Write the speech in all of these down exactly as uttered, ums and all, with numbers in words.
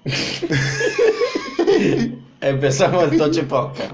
Empezamos el Toche Podcast.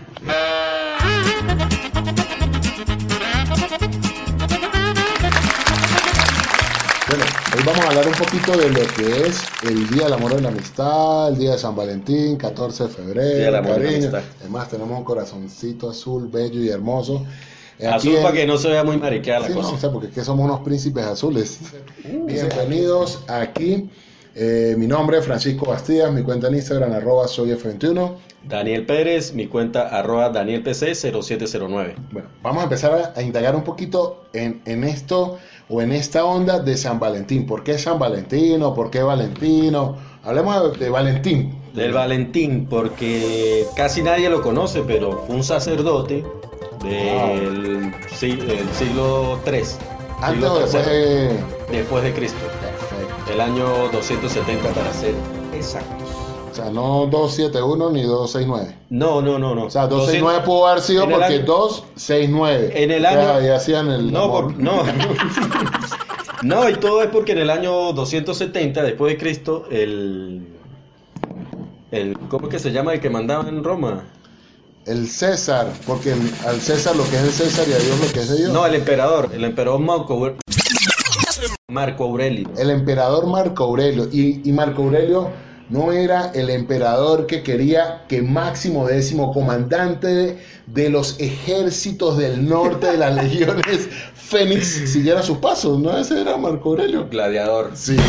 Bueno, hoy vamos a hablar un poquito de lo que es el Día del Amor y la Amistad, el Día de San Valentín, catorce de febrero, Día del Amor y la cariño. Amistad. Además tenemos un corazoncito azul, bello y hermoso. Aquí Azul en- para que no se vea muy mariqueada la Sí, cosa. no, o sea, porque aquí somos unos príncipes azules. Bienvenidos aquí. Eh, mi nombre es Francisco Bastías, mi cuenta en Instagram, arroba soy F veintiuno. Daniel Pérez, mi cuenta arroba Daniel P C cero siete cero nueve. Bueno, vamos a empezar a, a indagar un poquito en, en esto o en esta onda de San Valentín. ¿Por qué San Valentino? ¿Por qué Valentino? Hablemos de, de Valentín. Del Valentín, porque casi nadie lo conoce, pero fue un sacerdote del, si- del siglo tres. Antes siglo o después tercero, de... después de Cristo. Perfecto. El año doscientos setenta para ser exactos. O sea, no doscientos setenta y uno ni doscientos sesenta y nueve. No, no, no, no. O sea, doscientos sesenta y nueve pudo haber sido en el porque año- doscientos sesenta y nueve. En el O sea, año- ahí hacían el No, amor. por- no. No, y todo es porque en el año doscientos setenta después de Cristo, el, el ¿cómo es que se llama el que mandaba en Roma? El César, porque el- al César lo que es el César y a Dios lo que es de Dios. No, el emperador, el emperador Marco, Aure- Marco Aurelio. El emperador Marco Aurelio. Y, y Marco Aurelio no era el emperador que quería que Máximo Décimo, comandante de, de los ejércitos del norte de las legiones Fénix, siguiera sus pasos, ¿no? Ese era Marco Aurelio. Gladiador. Sí.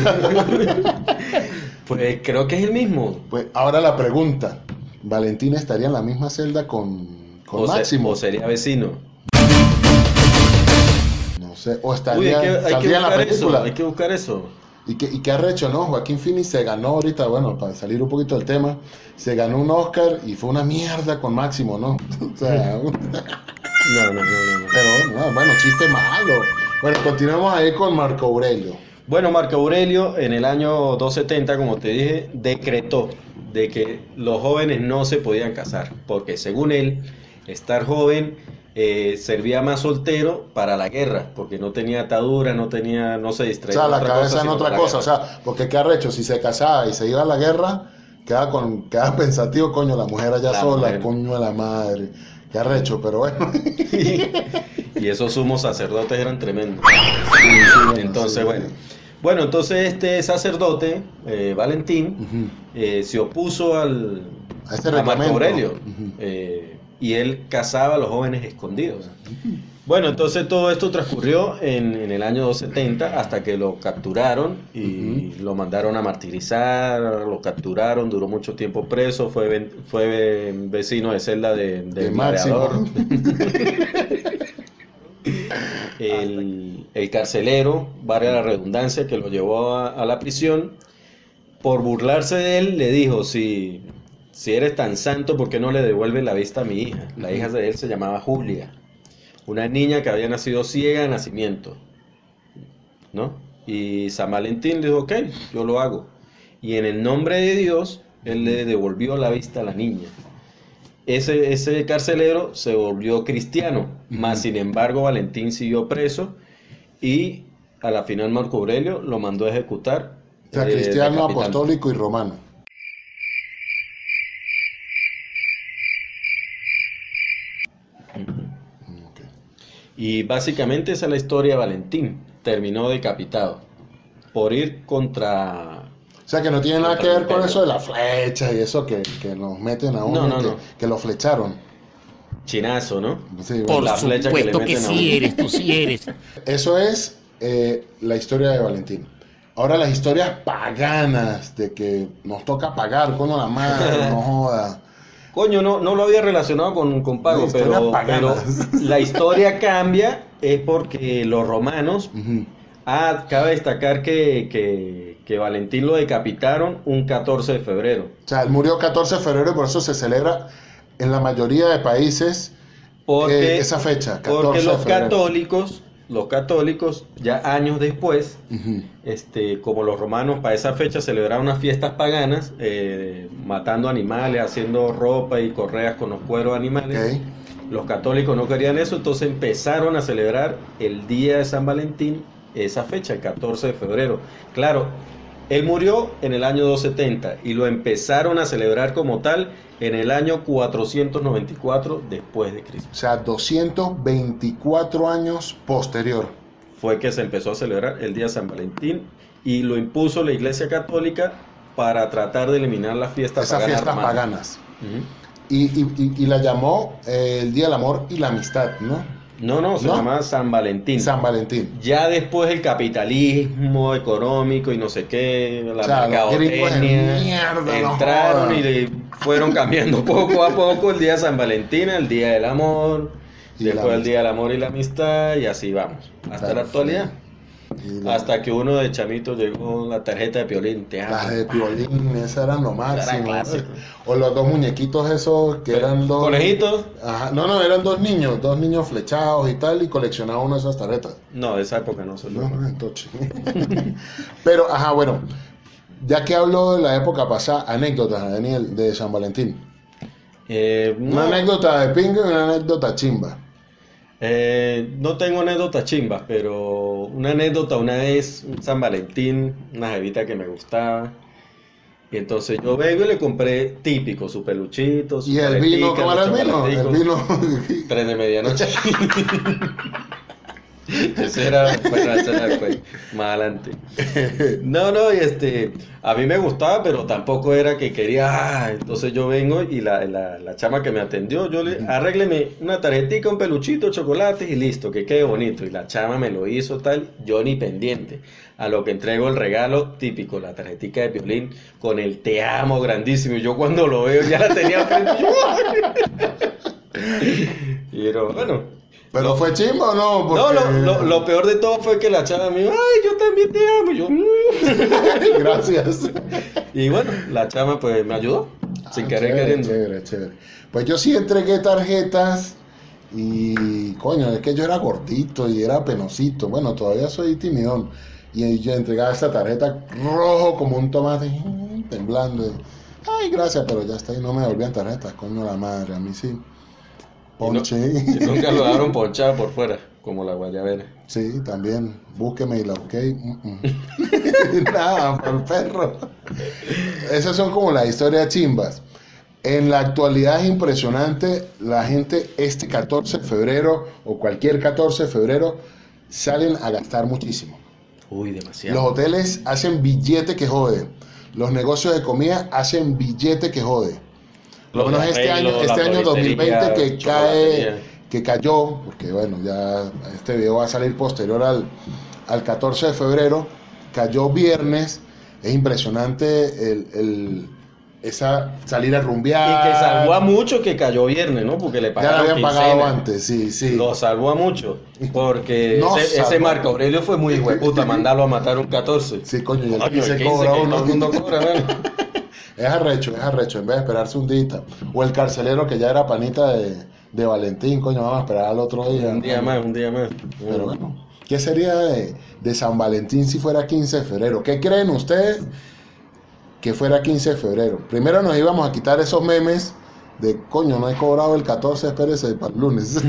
Pues creo que es el mismo. Pues ahora la pregunta, ¿Valentín estaría en la misma celda con, con O, se- Máximo? o sería vecino. No sé, o Uy, estaría, hay que, hay que saldría en la buscar eso, película. hay que buscar eso. ¿Y qué, y qué arrecho, no? Joaquín Phoenix se ganó ahorita, bueno, para salir un poquito del tema, se ganó un Oscar y fue una mierda con Máximo, ¿no? O sea, un- No, no, no, no, no. pero bueno, bueno, chiste malo. Bueno, continuamos ahí con Marco Aurelio. Bueno, Marco Aurelio en el año doscientos setenta, como te dije, decretó de que los jóvenes no se podían casar, porque según él, estar joven eh, servía más soltero para la guerra, porque no tenía atadura, no tenía, no se O distraía sea, en la otra cabeza cosa, en sino otra para la cosa, o guerra. sea, porque qué arrecho, si se casaba y se iba a la guerra, quedaba, con, quedaba pensativo, coño, la mujer allá La sola, mujer. coño de la madre. Qué arrecho, pero bueno. Y esos sumos sacerdotes eran tremendos. Sí, sí, bueno, Entonces, sí. bueno. Bueno, entonces este sacerdote, eh, Valentín, Ujú. eh, se opuso al, A ese a Marco reglamento. Aurelio, Ujú. eh, y él casaba a los jóvenes escondidos. Bueno, entonces todo esto transcurrió en, en el año doscientos setenta hasta que lo capturaron y lo mandaron a martirizar, lo capturaron, duró mucho tiempo preso, fue, ven- fue vecino de celda de, del De Máximo. gladiador. El, el carcelero, valga la redundancia, que lo llevó a, a la prisión, por burlarse de él, le dijo, si, si eres tan santo, ¿por qué no le devuelves la vista a mi hija? La hija de él se llamaba Julia, una niña que había nacido ciega de nacimiento, ¿no? Y San Valentín le dijo, ok, yo lo hago. Y en el nombre de Dios, él le devolvió la vista a la niña. Ese, ese carcelero se volvió cristiano, más sin embargo Valentín siguió preso y a la final Marco Aurelio lo mandó a ejecutar. O sea, eh, cristiano, decapitando. apostólico y romano. Ok. Y básicamente esa es la historia de Valentín. Terminó decapitado por ir contra... O sea, que no tiene nada que ver con Imperio. eso de las flechas y eso que, que nos meten a uno, No, no, que, no. que lo flecharon. Chinazo, ¿no? Sí, bueno. Por la flecha que le supuesto que, meten a uno. sí eres, tú sí eres. Eso es eh, la historia de Valentín. Ahora las historias paganas de que nos toca pagar, coño la madre, no joda. Coño, no, no lo había relacionado con, con pago, La historia pero, pagana. pero la historia cambia es porque los romanos... Ujú. Ah, cabe destacar que, que, que Valentín lo decapitaron un catorce de febrero. O sea, él murió catorce de febrero y por eso se celebra en la mayoría de países Porque, eh, esa fecha, porque catorce de los febrero. católicos, los católicos, ya años después, Ujú. este, como los romanos para esa fecha celebraron unas fiestas paganas, eh, matando animales, haciendo ropa y correas con los cueros animales. Ok. Los católicos no querían eso, entonces empezaron a celebrar el día de San Valentín, esa fecha, el catorce de febrero. Claro, Él murió en el año doscientos setenta y lo empezaron a celebrar como tal en el año cuatrocientos noventa y cuatro después de Cristo. O sea, doscientos veinticuatro años posterior. Fue que se empezó a celebrar el día de San Valentín y lo impuso la Iglesia Católica para tratar de eliminar las fiestas Esas paganas. fiestas romanas. paganas. Ujú. Y, y, y, y la llamó eh, el Día del Amor y la Amistad, ¿no? No, no, se ¿No? llama San Valentín. San Valentín. Ya después el capitalismo económico y no sé qué, la O sea, los gringos de mercadotecnia, mierda, no entraron jodan. y le fueron cambiando poco a poco el día de San Valentín, el día del amor, Y después la el día del amor y la amistad, y así vamos, hasta Claro, la actualidad. Y la- Hasta que uno de chamito llegó la tarjeta de Piolín, te amo. Las de Piolín, esas eran lo máximo. clásico. O los dos muñequitos esos que eran dos... ¿Conejitos? Ajá, no, no, eran dos niños, dos niños flechados y tal, y coleccionaba uno de esas tarjetas. No, de esa época no se lo. No, no, entonces. Pero, ajá, bueno, ya que hablo de la época pasada, anécdotas, Daniel, de San Valentín. Eh, Una no, anécdota de pinga y una anécdota chimba. eh, no tengo anécdotas chimbas, pero una anécdota una vez, un San Valentín, una jevita que me gustaba. Y entonces yo vengo y le compré típico, su peluchito, su Y el vino, paletica, ¿cómo era el los vino? El chocolaticos. vino. Tres de medianoche. Ese era, bueno, ese era después, más adelante. No, no, y este, a mí me gustaba, pero tampoco era que quería, ah, entonces yo vengo y la, la, la chama que me atendió, yo le, arrégleme una tarjetita, un peluchito, chocolates y listo, que quede bonito. Y la chama me lo hizo tal, yo ni pendiente. A lo que entrego el regalo típico, la tarjetica de Piolín con el te amo grandísimo. Y yo cuando lo veo ya la tenía frente. Y pero bueno. ¿Pero Lo- fue chimba o no? No, Porque... lo, lo, lo peor de todo fue que la chava me dijo, ay, yo también te amo. Y yo, "Mm". Gracias. Y bueno, la chama pues me ayudó, sin Ah, querer chévere, queriendo. Chévere, chévere. Pues yo sí entregué tarjetas y, coño, es que yo era gordito y era penosito. Bueno, todavía soy timidón. Y yo entregaba esa tarjeta rojo como un tomate, temblando. Ay, gracias, pero ya está ahí, no me devolvían tarjetas, coño la madre, a mí sí. Y, no- Ponche. y nunca lo dejaron ponchado por fuera, como la guayabera. Sí, también. Búsqueme y la busqué. Mm, mm. Nada, por el perro. Esas son como las historias chimbas. En la actualidad es impresionante. La gente este catorce de febrero o cualquier catorce de febrero salen a gastar muchísimo. Uy, Los demasiado. hoteles hacen billete que jode. Los negocios de comida hacen billete que jode. Por lo Los menos este año, arreglos, este la año dos mil veinte que floristería, cae, chocolatería. que cayó, porque bueno, ya este video va a salir posterior al, al catorce de febrero, cayó viernes, es impresionante el, el- esa salir a rumbear. Y que salvó a muchos que cayó viernes, ¿no? Porque le Ya lo pagaron habían pagado quincena. antes, sí, sí. Lo salvó a muchos. Porque No ese, ese salvó. Marco Aurelio fue muy hueputa, mandarlo a matar un catorce. Sí, coño, y el Coño, quince el quince, cobra que uno. todo el mundo cobra, ¿no? Es arrecho, es arrecho, en vez de esperarse un día. O el carcelero que ya era panita de, de Valentín, coño, vamos a esperar al otro día. Un día más, un día más. Pero bueno, ¿qué sería de, de San Valentín si fuera quince de febrero? ¿Qué creen ustedes que fuera quince de febrero? Primero nos íbamos a quitar esos memes de, coño, no he cobrado el catorce, espérese para el lunes.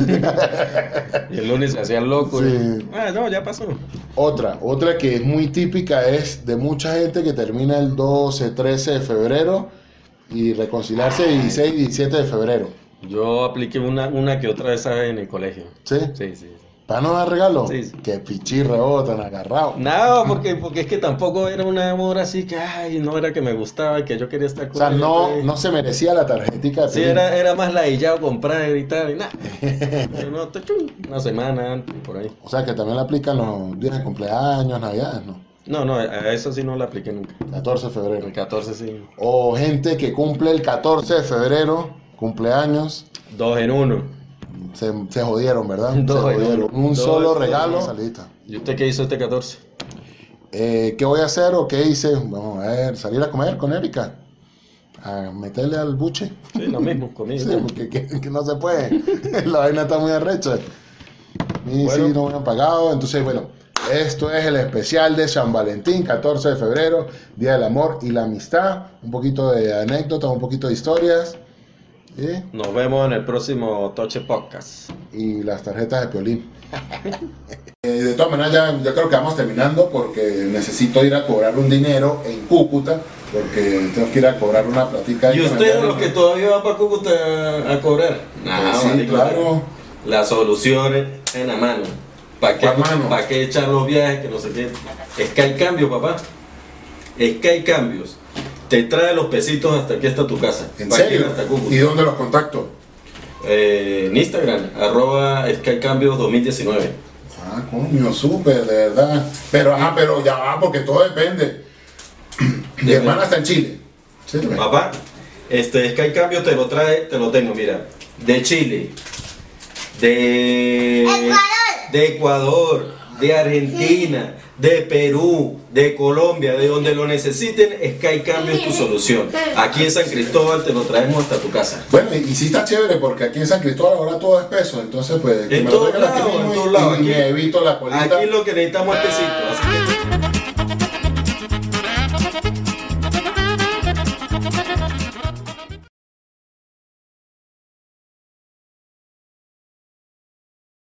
Y el lunes se hacían locos. Sí. Ah, no, ya pasó. Otra, otra que es muy típica es de mucha gente que termina el doce, trece de febrero y reconciliarse dieciséis, diecisiete de febrero. Yo apliqué una, una que otra vez en el colegio. ¿Sí? Sí, sí. ¿Para no dar regalo? Sí, sí. Que pichirreo tan agarrado. No, porque, porque es que tampoco era un amor así que, ay, no era que me gustaba y que yo quería estar O con sea, ella, no, pues. no se merecía la tarjetica de Sí, Piolín. era, era más ladillado comprar y tal, y nada. Yo no, te- chum, una semana antes, por ahí. O sea, que también le aplican los días de cumpleaños, navidades, ¿no? No, no, a eso sí no la apliqué nunca. catorce de febrero. El catorce sí. O gente que cumple el catorce de febrero, cumpleaños, Dos en uno. se, se jodieron, ¿verdad? Dos se en jodieron. uno. Un Dos solo en regalo, uno. salita. ¿Y usted qué hizo este catorce? Eh, ¿Qué voy a hacer o qué hice? Vamos a ver, salir a comer con Erika. A meterle al buche. Sí, lo mismo, conmigo. Sí, porque que, que no se puede. La vaina está muy arrecha. Y Bueno. sí, no me han pagado. Entonces, bueno, esto es el especial de San Valentín, catorce de febrero, Día del Amor y la Amistad. Un poquito de anécdotas, un poquito de historias. ¿Sí? Nos vemos en el próximo Toche Podcast. Y las tarjetas de Piolín. Eh, de todas maneras, ya, ya creo que vamos terminando porque necesito ir a cobrar un dinero en Cúcuta, porque tengo que ir a cobrar una platica. ¿Y ustedes los que todavía van para Cúcuta a, a cobrar? Nah, eh, sí, marico, claro. Las soluciones en la mano. ¿Para qué, ¿Para qué echar los viajes? Que no sé qué. Sky Cambio, papá. Sky Cambios. Te trae los pesitos hasta aquí, hasta tu casa. ¿En serio? Hasta ¿Y dónde los contacto? Eh, en Instagram, arroba SkyCambios dos mil diecinueve. Ah, coño, súper, de verdad. Pero, ajá, pero ya va, porque todo depende. Mi de hermana está en Chile. ¿Sí? Papá, este Sky Cambio te lo trae, te lo tengo, mira. De Chile, de Ecuador, de, Ecuador, de Argentina, de Perú, de Colombia, de donde lo necesiten, Sky Cambio es tu solución. Aquí en San Cristóbal te lo traemos hasta tu casa. Bueno, y, y sí está chévere porque aquí en San Cristóbal ahora todo es peso, entonces pues que en me todos lo traigan lados, aquí mismo en todos y, lados. y me evito la colita. Aquí lo que necesitamos es pesito, así que